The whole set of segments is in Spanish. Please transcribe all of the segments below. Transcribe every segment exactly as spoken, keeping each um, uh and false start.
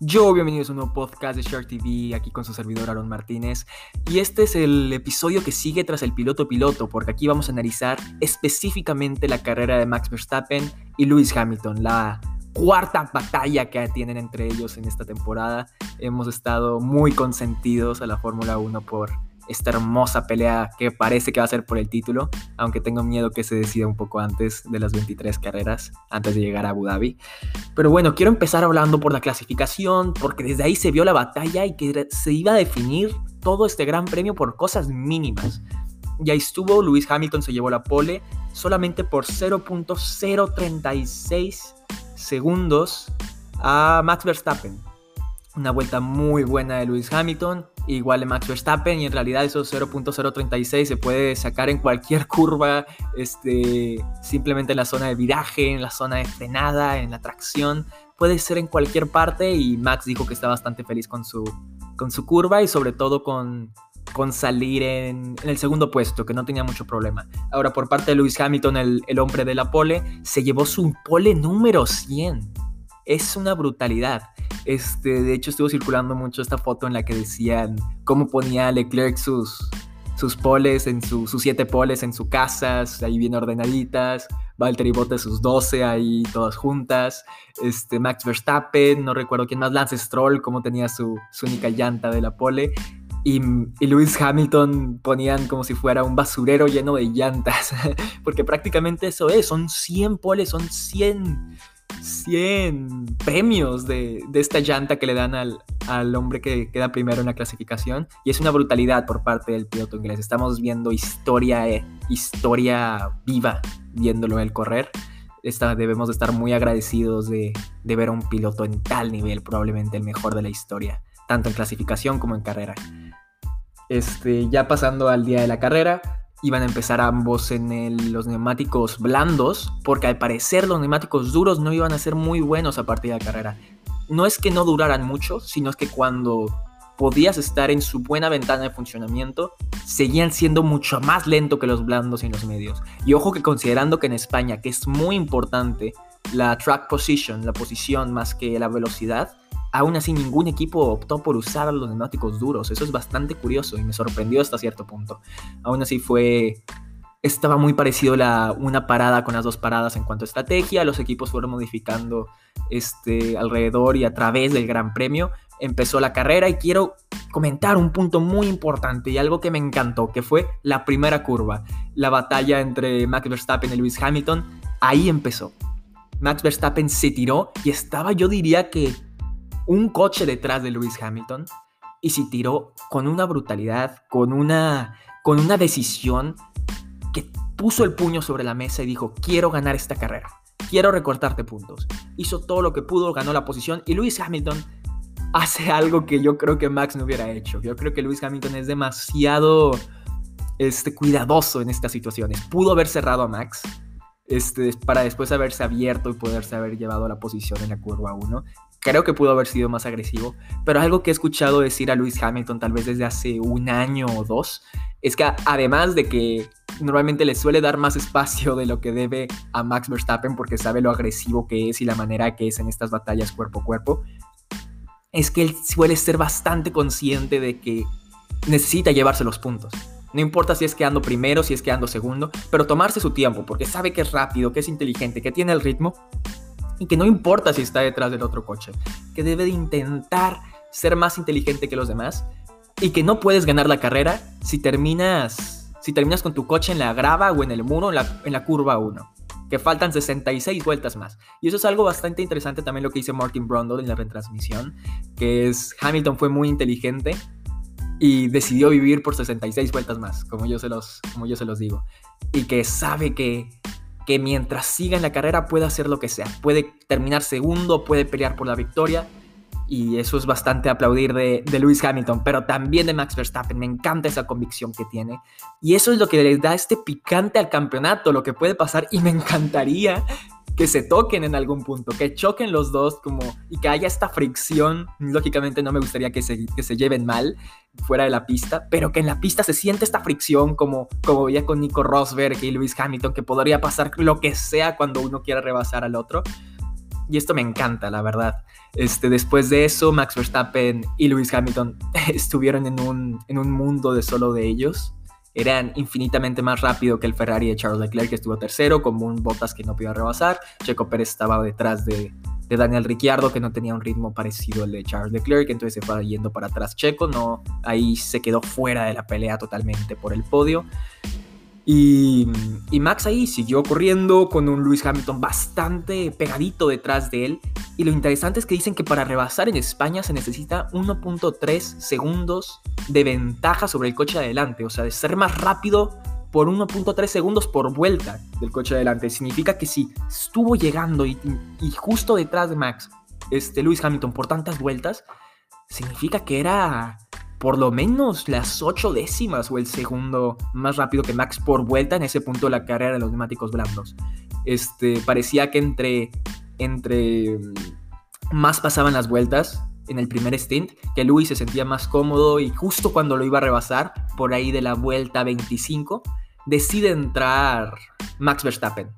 Yo, bienvenidos a un nuevo podcast de Shark T V, aquí con su servidor Aaron Martínez. Y este es el episodio que sigue tras el piloto piloto, porque aquí vamos a analizar específicamente la carrera de Max Verstappen y Lewis Hamilton, la cuarta batalla que tienen entre ellos en esta temporada. Hemos estado muy consentidos a la Fórmula uno por esta hermosa pelea que parece que va a ser por el título, aunque tengo miedo que se decida un poco antes de las veintitrés carreras, antes de llegar a Abu Dhabi. Pero bueno, quiero empezar hablando por la clasificación, porque desde ahí se vio la batalla y que se iba a definir todo este gran premio por cosas mínimas. Y ahí estuvo, Lewis Hamilton se llevó la pole solamente por cero punto cero treinta y seis segundos a Max Verstappen. Una vuelta muy buena de Lewis Hamilton, igual de Max Verstappen, y en realidad esos cero punto cero treinta y seis se puede sacar en cualquier curva, este, simplemente en la zona de viraje, en la zona de frenada, en la tracción, puede ser en cualquier parte, y Max dijo que está bastante feliz con su, con su curva y sobre todo con, con salir en, en el segundo puesto, que no tenía mucho problema. Ahora, por parte de Lewis Hamilton, el, el hombre de la pole, se llevó su pole número cien. Es una brutalidad. Este, de hecho, estuvo circulando mucho esta foto en la que decían cómo ponía Leclerc sus, sus poles, en su, sus siete poles en su casa, ahí bien ordenaditas. Valtteri Bottas sus doce ahí todas juntas. Este, Max Verstappen, no recuerdo quién más, Lance Stroll, cómo tenía su, su única llanta de la pole. Y, y Lewis Hamilton ponían como si fuera un basurero lleno de llantas. Porque prácticamente eso es, son cien poles, son cien... cien premios de, de esta llanta que le dan al, al hombre que queda primero en la clasificación, y es una brutalidad por parte del piloto inglés. Estamos viendo historia, eh, historia viva viéndolo él correr. Esta, debemos de estar muy agradecidos de, de ver a un piloto en tal nivel, probablemente el mejor de la historia, tanto en clasificación como en carrera. Este, ya pasando al día de la carrera, iban a empezar ambos en el, los neumáticos blandos, porque al parecer los neumáticos duros no iban a ser muy buenos a partir de la carrera. No es que no duraran mucho, sino es que cuando podías estar en su buena ventana de funcionamiento, seguían siendo mucho más lento que los blandos y los medios. Y ojo que considerando que en España, que es muy importante la track position, la posición más que la velocidad, aún así ningún equipo optó por usar los neumáticos duros. Eso es bastante curioso y me sorprendió hasta cierto punto. Aún así fue... Estaba muy parecido la, una parada con las dos paradas en cuanto a estrategia. Los equipos fueron modificando este, alrededor y a través del Gran Premio. Empezó la carrera y quiero comentar un punto muy importante y algo que me encantó, que fue la primera curva. La batalla entre Max Verstappen y Lewis Hamilton. Ahí empezó. Max Verstappen se tiró y estaba, yo diría que un coche detrás de Lewis Hamilton, y se tiró con una brutalidad, con una, con una decisión que puso el puño sobre la mesa y dijo: quiero ganar esta carrera, quiero recortarte puntos. Hizo todo lo que pudo, ganó la posición, y Lewis Hamilton hace algo que yo creo que Max no hubiera hecho. Yo creo que Lewis Hamilton es demasiado este, cuidadoso en estas situaciones. Pudo haber cerrado a Max este, para después haberse abierto y poderse haber llevado a la posición en la curva uno. Creo que pudo haber sido más agresivo, pero algo que he escuchado decir a Lewis Hamilton tal vez desde hace un año o dos es que además de que normalmente le suele dar más espacio de lo que debe a Max Verstappen porque sabe lo agresivo que es y la manera que es en estas batallas cuerpo a cuerpo, es que él suele ser bastante consciente de que necesita llevarse los puntos. No importa si es quedando primero, si es quedando segundo, pero tomarse su tiempo porque sabe que es rápido, que es inteligente, que tiene el ritmo. Y que no importa si está detrás del otro coche, que debe de intentar ser más inteligente que los demás, y que no puedes ganar la carrera si terminas, si terminas con tu coche en la grava o en el muro en la, en la curva uno, que faltan sesenta y seis vueltas más. Y eso es algo bastante interesante también lo que dice Martin Brundle en la retransmisión, que es Hamilton fue muy inteligente y decidió vivir por sesenta y seis vueltas más, como yo se los, como yo se los digo, y que sabe que que mientras siga en la carrera puede hacer lo que sea, puede terminar segundo, puede pelear por la victoria, y eso es bastante aplaudir de, de Lewis Hamilton, pero también de Max Verstappen. Me encanta esa convicción que tiene, y eso es lo que le da este picante al campeonato, lo que puede pasar, y me encantaría que se toquen en algún punto, que choquen los dos como, y que haya esta fricción. Lógicamente no me gustaría que se, que se lleven mal fuera de la pista, pero que en la pista se siente esta fricción como, como veía con Nico Rosberg y Lewis Hamilton, que podría pasar lo que sea cuando uno quiera rebasar al otro. y esto me encanta, la verdad. Este, después de eso, Max Verstappen y Lewis Hamilton estuvieron en un, en un mundo de solo de ellos. Eran infinitamente más rápido que el Ferrari de Charles Leclerc, que estuvo tercero, como un Bottas que no podía rebasar. Checo Pérez estaba detrás de, de Daniel Ricciardo, que no tenía un ritmo parecido al de Charles Leclerc, entonces se fue yendo para atrás Checo. No, ahí se quedó fuera de la pelea totalmente por el podio. Y, y Max ahí siguió corriendo con un Lewis Hamilton bastante pegadito detrás de él. Y lo interesante es que dicen que para rebasar en España se necesita uno punto tres segundos de ventaja sobre el coche de adelante. O sea, de ser más rápido por uno punto tres segundos por vuelta del coche de adelante. Significa que si estuvo llegando y, y justo detrás de Max, este Lewis Hamilton por tantas vueltas, significa que era por lo menos las ocho décimas o el segundo más rápido que Max por vuelta en ese punto de la carrera de los neumáticos blandos. Este, parecía que entre, entre más pasaban las vueltas en el primer stint, que Lewis se sentía más cómodo y justo cuando lo iba a rebasar, por ahí de la vuelta veinticinco, decide entrar Max Verstappen.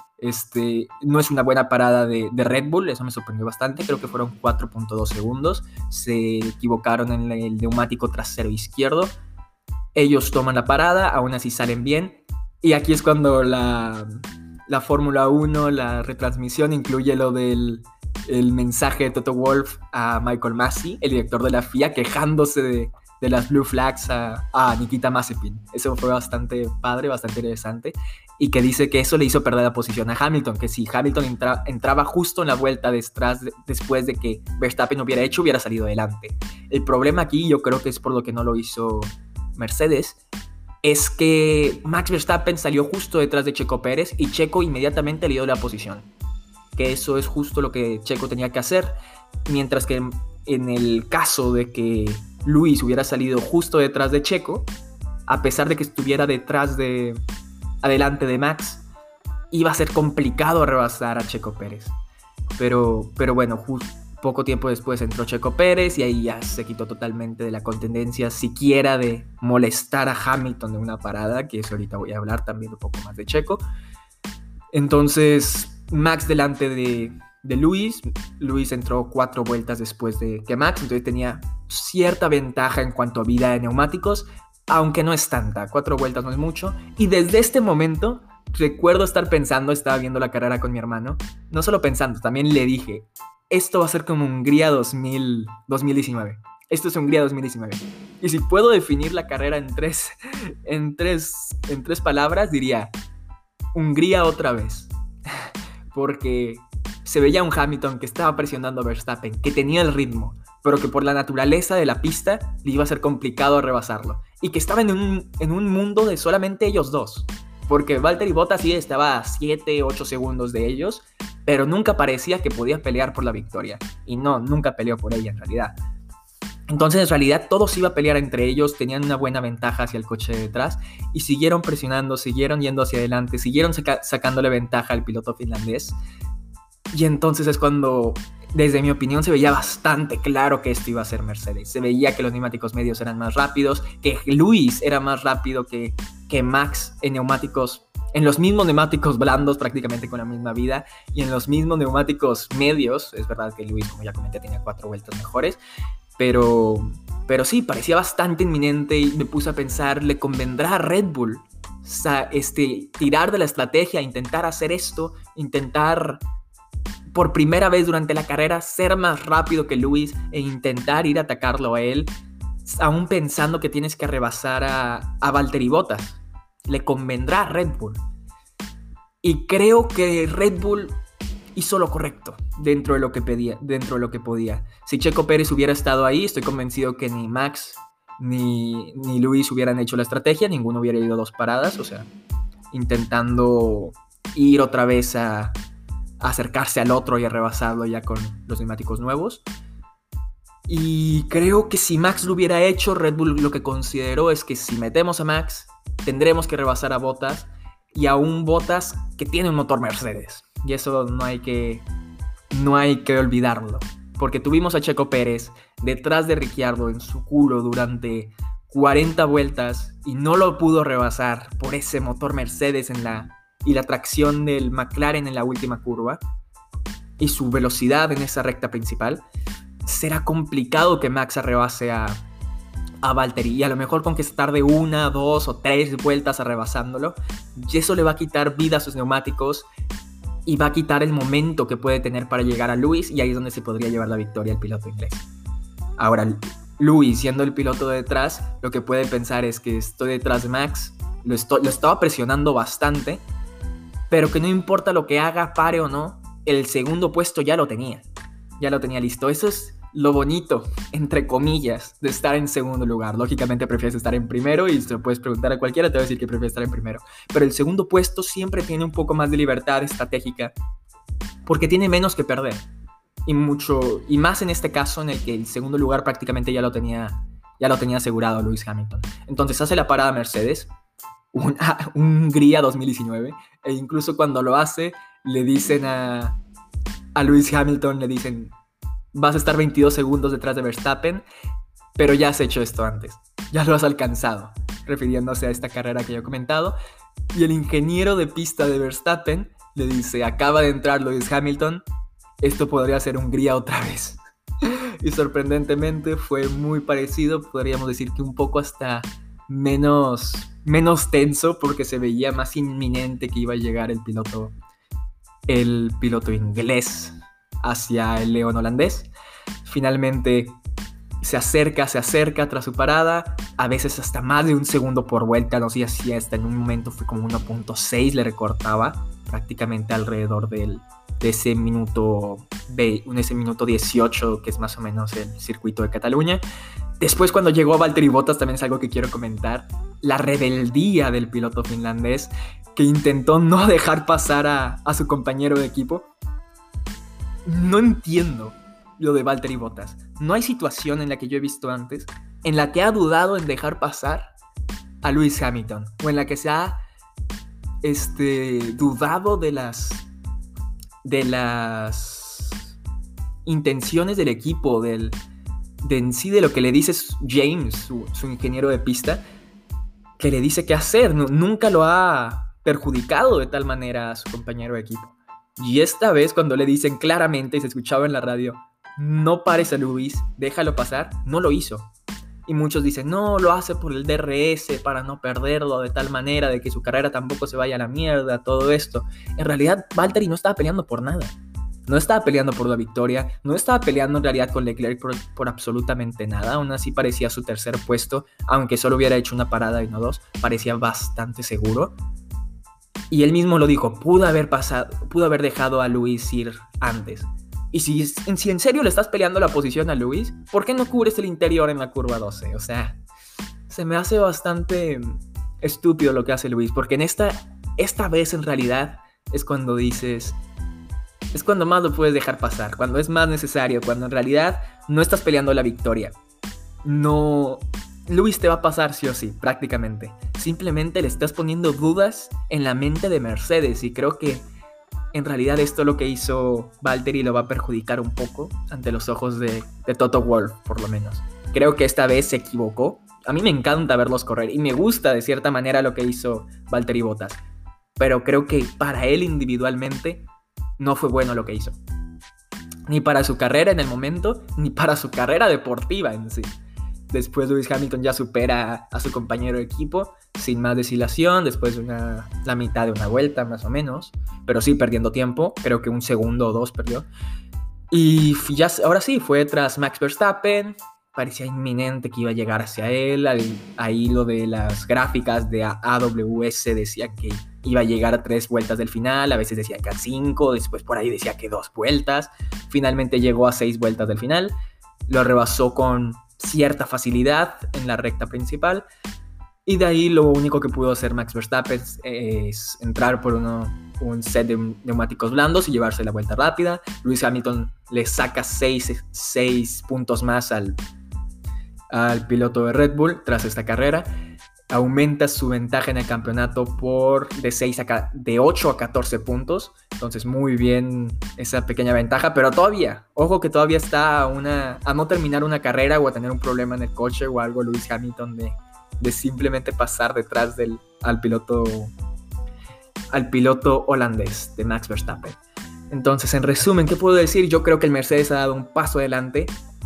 Este, no es una buena parada de, de Red Bull, eso me sorprendió bastante. Creo que fueron cuatro punto dos segundos. Se equivocaron en el neumático trasero izquierdo. Ellos toman la parada, aún así salen bien. Y aquí es cuando la, la Fórmula uno, la retransmisión, incluye lo del el mensaje de Toto Wolff a Michael Masi, el director de la F I A, quejándose de, de las Blue Flags a, a Nikita Mazepin. Eso fue bastante padre, bastante interesante. Y que dice que eso le hizo perder la posición a Hamilton, que si Hamilton entra, entraba justo en la vuelta detrás, de, después de que Verstappen hubiera hecho, hubiera salido adelante. El problema aquí, yo creo que es por lo que no lo hizo Mercedes, es que Max Verstappen salió justo detrás de Checo Pérez y Checo inmediatamente le dio la posición. Que eso es justo lo que Checo tenía que hacer, mientras que en el caso de que Lewis hubiera salido justo detrás de Checo, a pesar de que estuviera detrás de... adelante de Max, iba a ser complicado rebasar a Checo Pérez. Pero, pero bueno, just, poco tiempo después entró Checo Pérez y ahí ya se quitó totalmente de la contendencia, siquiera de molestar a Hamilton de una parada, que eso ahorita voy a hablar también un poco más de Checo. Entonces, Max delante de, de Lewis. Lewis entró cuatro vueltas después de que Max, entonces tenía cierta ventaja en cuanto a vida de neumáticos, aunque no es tanta, cuatro vueltas no es mucho. Y desde este momento recuerdo estar pensando, estaba viendo la carrera con mi hermano, no solo pensando, también le dije, esto va a ser como Hungría dos mil, dos mil diecinueve. Esto es Hungría dos mil diecinueve. Y si puedo definir la carrera en tres, en tres, en tres palabras, diría Hungría otra vez. Porque se veía un Hamilton que estaba presionando a Verstappen, que tenía el ritmo, pero que por la naturaleza de la pista le iba a ser complicado rebasarlo. Y que estaba en un, en un mundo de solamente ellos dos. Porque Valtteri Bottas sí estaba a siete, ocho segundos de ellos, pero nunca parecía que podía pelear por la victoria. Y no, nunca peleó por ella en realidad. Entonces en realidad todos iban a pelear entre ellos, tenían una buena ventaja hacia el coche de detrás y siguieron presionando, siguieron yendo hacia adelante, siguieron saca- sacándole ventaja al piloto finlandés. Y entonces es cuando, desde mi opinión, se veía bastante claro que esto iba a ser Mercedes. Se veía que los neumáticos medios eran más rápidos, que Lewis era más rápido que, que Max en neumáticos, en los mismos neumáticos blandos, prácticamente con la misma vida, y en los mismos neumáticos medios. Es verdad que Lewis, como ya comenté, tenía cuatro vueltas mejores, pero, pero sí, parecía bastante inminente y me puse a pensar, ¿le convendrá a Red Bull este, tirar de la estrategia, intentar hacer esto, intentar por primera vez durante la carrera ser más rápido que Lewis e intentar ir a atacarlo a él, aún pensando que tienes que rebasar a, a Valtteri Bottas? ¿Le convendrá a Red Bull? Y creo que Red Bull hizo lo correcto dentro de lo que pedía, dentro de lo que podía. Si Checo Pérez hubiera estado ahí, estoy convencido que ni Max ni, ni Lewis hubieran hecho la estrategia, ninguno hubiera ido dos paradas, o sea, intentando ir otra vez a, a acercarse al otro y a rebasarlo ya con los neumáticos nuevos. Y creo que si Max lo hubiera hecho, Red Bull lo que consideró es que si metemos a Max, tendremos que rebasar a Bottas, y a un Bottas que tiene un motor Mercedes. Y eso no hay que, no hay que olvidarlo. Porque tuvimos a Checo Pérez detrás de Ricciardo en su culo durante cuarenta vueltas y no lo pudo rebasar por ese motor Mercedes en la, y la tracción del McLaren en la última curva. y su velocidad en esa recta principal, será complicado que Max arrebase a, a Valtteri, y a lo mejor con que se tarde una, dos o tres vueltas arrebasándolo, y eso le va a quitar vida a sus neumáticos y va a quitar el momento que puede tener para llegar a Lewis, y ahí es donde se podría llevar la victoria el piloto inglés. Ahora, Lewis, siendo el piloto de detrás, lo que puede pensar es que estoy detrás de Max, lo, estoy, lo estaba presionando bastante, pero que no importa lo que haga, pare o no, el segundo puesto ya lo tenía, ya lo tenía listo. Eso es lo bonito, entre comillas, de estar en segundo lugar. Lógicamente prefieres estar en primero, y se lo puedes preguntar a cualquiera, te va a decir que prefiere estar en primero. Pero el segundo puesto siempre tiene un poco más de libertad estratégica, porque tiene menos que perder. Y mucho, y más en este caso en el que el segundo lugar prácticamente ya lo tenía, ya lo tenía asegurado Lewis Hamilton. Entonces hace la parada Mercedes, un, un Hungría dos mil diecinueve, e incluso cuando lo hace, le dicen a, a Lewis Hamilton, le dicen: vas a estar veintidós segundos detrás de Verstappen, pero ya has hecho esto antes, ya lo has alcanzado, refiriéndose a esta carrera que yo he comentado. Y el ingeniero de pista de Verstappen le dice: acaba de entrar Lewis Hamilton, esto podría ser Hungría otra vez. Y sorprendentemente fue muy parecido, podríamos decir que un poco hasta menos, menos tenso, porque se veía más inminente que iba a llegar el piloto, el piloto inglés hacia el león holandés. Finalmente se acerca, se acerca tras su parada, a veces hasta más de un segundo por vuelta, no sé si hasta en un momento fue como uno punto seis, le recortaba prácticamente alrededor del, de ese minuto, de ese minuto dieciocho, que es más o menos el circuito de Cataluña. Después, cuando llegó a Valtteri Bottas, también es algo que quiero comentar, la rebeldía del piloto finlandés, que intentó no dejar pasar a, a su compañero de equipo. No entiendo lo de Valtteri Bottas. No hay situación en la que yo he visto antes en la que ha dudado en dejar pasar a Lewis Hamilton, o en la que se ha este, dudado de las de las intenciones del equipo, del, de en sí de lo que le dice James, su, su ingeniero de pista, que le dice qué hacer. No, nunca lo ha perjudicado de tal manera a su compañero de equipo. Y esta vez, cuando le dicen claramente, y se escuchaba en la radio: no pares a Lewis, déjalo pasar, no lo hizo. Y muchos dicen: no, lo hace por el D R S, para no perderlo, de tal manera de que su carrera tampoco se vaya a la mierda, todo esto. En realidad, Valtteri no estaba peleando por nada. No estaba peleando por la victoria, no estaba peleando en realidad con Leclerc por, por absolutamente nada. Aún así parecía su tercer puesto, aunque solo hubiera hecho una parada y no dos, parecía bastante seguro. Y él mismo lo dijo: pudo haber pasado, pudo haber dejado a Lewis ir antes. Y si, si en serio le estás peleando la posición a Lewis, ¿por qué no cubres el interior en la curva doce? O sea, se me hace bastante estúpido lo que hace Lewis, porque en esta, esta vez en realidad es cuando dices, es cuando más lo puedes dejar pasar, cuando es más necesario, cuando en realidad no estás peleando la victoria. No, Lewis te va a pasar sí o sí, prácticamente. Simplemente le estás poniendo dudas en la mente de Mercedes, y creo que en realidad esto lo que hizo Valtteri lo va a perjudicar un poco ante los ojos de, de Toto Wolff, por lo menos. Creo que esta vez se equivocó. A mí me encanta verlos correr y me gusta de cierta manera lo que hizo Valtteri Bottas, pero creo que para él individualmente no fue bueno lo que hizo. Ni para su carrera en el momento, ni para su carrera deportiva en sí. Después Lewis Hamilton ya supera a su compañero de equipo sin más deshilación, después de una, la mitad de una vuelta más o menos, pero sí perdiendo tiempo, creo que un segundo o dos perdió. Y ya, ahora sí, fue tras Max Verstappen, parecía inminente que iba a llegar hacia él. Ahí lo de las gráficas de A W S decía que iba a llegar a tres vueltas del final, a veces decía que a cinco, después por ahí decía que dos vueltas. Finalmente llegó a seis vueltas del final, lo rebasó con cierta facilidad en la recta principal, y de ahí lo único que pudo hacer Max Verstappen es entrar por uno, un set de neumáticos blandos y llevarse la vuelta rápida. Lewis Hamilton le saca seis puntos más al, al piloto de Red Bull tras esta carrera. Aumenta su ventaja en el campeonato por de, seis a, de ocho a catorce puntos. Entonces muy bien esa pequeña ventaja, pero todavía, ojo que todavía está a, una, a no terminar una carrera o a tener un problema en el coche o algo Lewis Hamilton de, de simplemente pasar detrás del, al, piloto, al piloto holandés de Max Verstappen. Entonces, en resumen, ¿qué puedo decir? Yo creo que el Mercedes ha dado un paso adelante.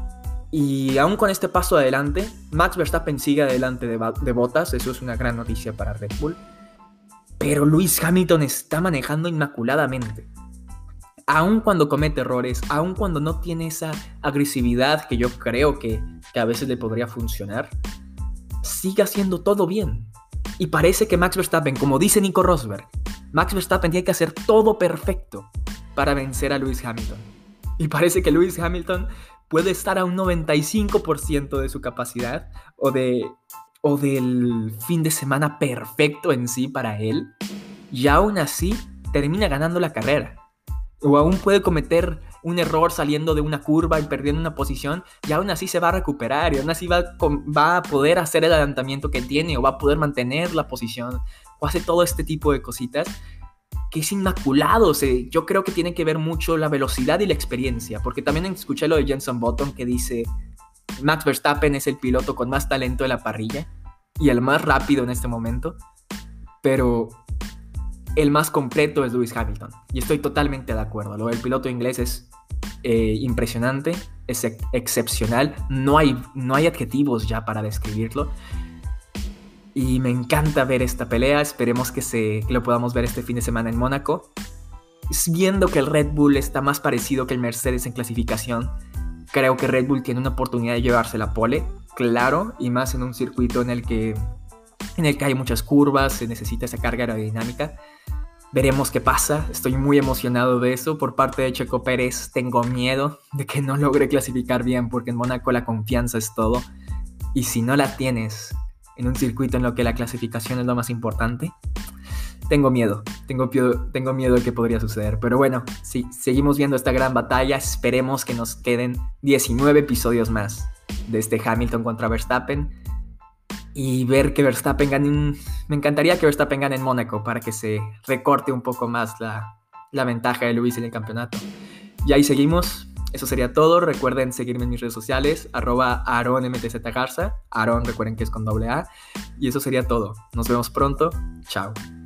Y aún con este paso adelante, Max Verstappen sigue adelante de, de Bottas. Eso es una gran noticia para Red Bull. Pero Lewis Hamilton está manejando inmaculadamente. Aun cuando comete errores, aun cuando no tiene esa agresividad que yo creo que, que a veces le podría funcionar, sigue haciendo todo bien. Y parece que Max Verstappen, como dice Nico Rosberg, Max Verstappen tiene que hacer todo perfecto para vencer a Lewis Hamilton. Y parece que Lewis Hamilton puede estar a un noventa y cinco por ciento de su capacidad o, de, o del fin de semana perfecto en sí para él, y aún así termina ganando la carrera. O aún puede cometer un error saliendo de una curva y perdiendo una posición, y aún así se va a recuperar, y aún así va, va a poder hacer el adelantamiento que tiene, o va a poder mantener la posición, o hace todo este tipo de cositas, que es inmaculado. O sea, yo creo que tiene que ver mucho la velocidad y la experiencia, porque también escuché lo de Jenson Button que dice: Max Verstappen es el piloto con más talento de la parrilla, y el más rápido en este momento, pero el más completo es Lewis Hamilton. Y estoy totalmente de acuerdo. Lo del piloto inglés es eh, impresionante, es ex- excepcional. No hay, no hay adjetivos ya para describirlo. Y me encanta ver esta pelea. Esperemos que, se, que lo podamos ver este fin de semana en Mónaco. Viendo que el Red Bull está más parecido que el Mercedes en clasificación, creo que Red Bull tiene una oportunidad de llevarse la pole, claro, y más en un circuito en el que, en el que hay muchas curvas, se necesita esa carga aerodinámica. Veremos qué pasa. Estoy muy emocionado de eso. Por parte de Checo Pérez tengo miedo de que no logre clasificar bien, porque en Mónaco la confianza es todo. Y si no la tienes en un circuito en lo que la clasificación es lo más importante, tengo miedo. Tengo, tengo miedo de que podría suceder. Pero bueno, sí, seguimos viendo esta gran batalla. Esperemos que nos queden diecinueve episodios más de este Hamilton contra Verstappen. Y ver que Verstappen gane un... Me encantaría que Verstappen gane en Mónaco para que se recorte un poco más la, la ventaja de Lewis en el campeonato. Y ahí seguimos. Eso sería todo. Recuerden seguirme en mis redes sociales, arroba AaronMTZGarza. Aaron, recuerden que es con doble A. Y eso sería todo. Nos vemos pronto. Chao.